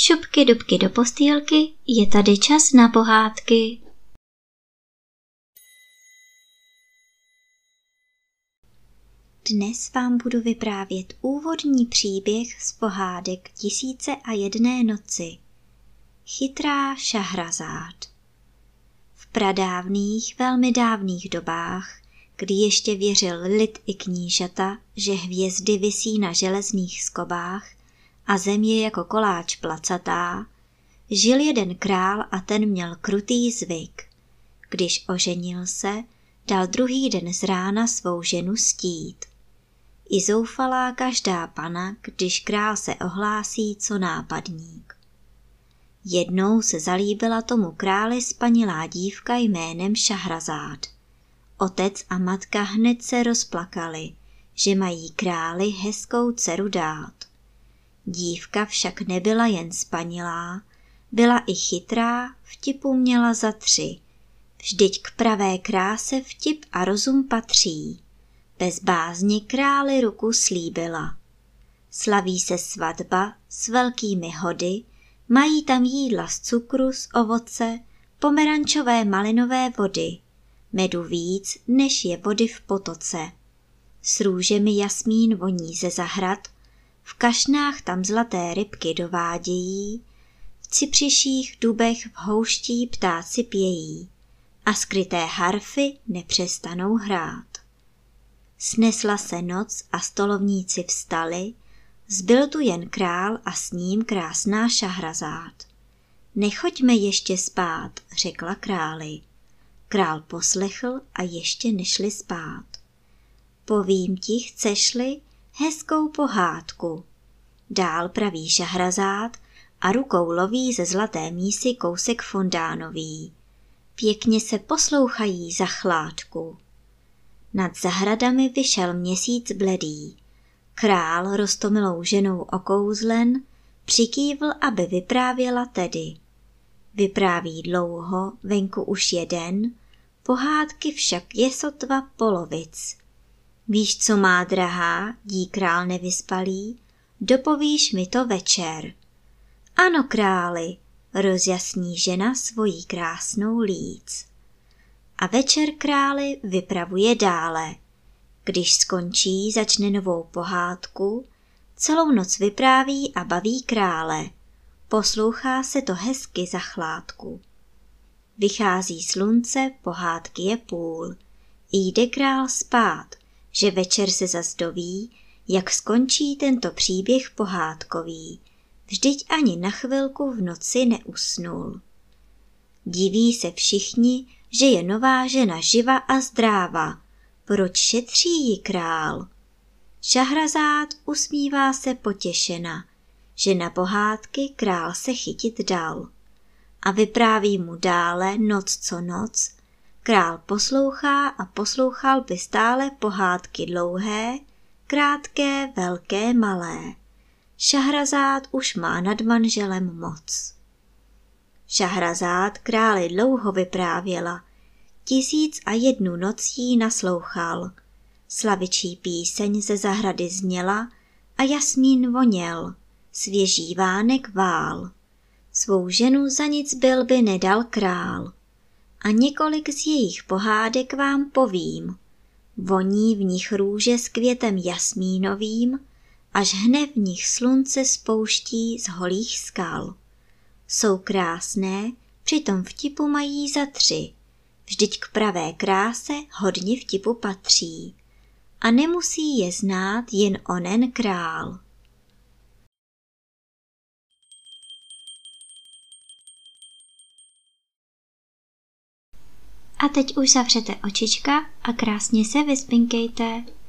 Šupky dubky do postýlky, je tady čas na pohádky. Dnes vám budu vyprávět úvodní příběh z pohádek 1001 noci. Chytrá Šahrazád. V pradávných, velmi dávných dobách, kdy ještě věřil lid i knížata, že hvězdy visí na železných skobách a zem je jako koláč placatá, žil jeden král a ten měl krutý zvyk. Když oženil se, dal druhý den z rána svou ženu stít. I zoufalá každá pana, když král se ohlásí co nápadník. Jednou se zalíbila tomu králi spanilá dívka jménem Šahrazád. Otec a matka hned se rozplakali, že mají králi hezkou dceru dát. Dívka však nebyla jen spanilá, byla i chytrá, vtipu měla za 3. Vždyť k pravé kráse vtip a rozum patří. Bez bázně králi ruku slíbila. Slaví se svatba s velkými hody, mají tam jídla z cukru, z ovoce, pomerančové malinové vody, medu víc, než je vody v potoce. S růžemi jasmín voní ze zahrad, v kašnách tam zlaté rybky dovádějí, v cipřiších dubech v houští ptáci pějí a skryté harfy nepřestanou hrát. Snesla se noc a stolovníci vstali, zbyl tu jen král a s ním krásná Šahrazád. Nechoďme ještě spát, řekla králi. Král poslechl a ještě nešli spát. Povím ti, chceš-li, hezkou pohádku. Dál praví Šahrazád a rukou loví ze zlaté mísy kousek fondánový. Pěkně se poslouchají za chládku. Nad zahradami vyšel měsíc bledý. Král roztomilou ženou okouzlen přikývl, aby vyprávěla tedy. Vypráví dlouho, venku už je den, pohádky však je sotva polovic. Víš, co má drahá, dí král nevyspalý, dopovíš mi to večer. Ano, králi, rozjasní žena svojí krásnou líc. A večer králi vypravuje dále. Když skončí, začne novou pohádku, celou noc vypráví a baví krále. Poslouchá se to hezky za chládku. Vychází slunce, pohádky je půl. Jde král spát, že večer se zas doví, jak skončí tento příběh pohádkový. Vždyť ani na chvilku v noci neusnul. Diví se všichni, že je nová žena živa a zdráva. Proč šetří ji král? Šahrazád usmívá se potěšena, že na pohádky král se chytit dal. A vypráví mu dále noc co noc. Král poslouchá a poslouchal by stále pohádky dlouhé, krátké, velké, malé. Šahrazád už má nad manželem moc. Šahrazád králi dlouho vyprávěla, 1001 noc jí naslouchal. Slavičí píseň ze zahrady zněla a jasmín voněl, svěží vánek vál. Svou ženu za nic byl by nedal král. A několik z jejich pohádek vám povím. Voní v nich růže s květem jasmínovým, až hne v nich slunce spouští z holých skal. Jsou krásné, přitom vtipu mají za 3. Vždyť k pravé kráse hodně vtipu patří. A nemusí je znát jen onen král. A teď už zavřete očička a krásně se vyspinkejte.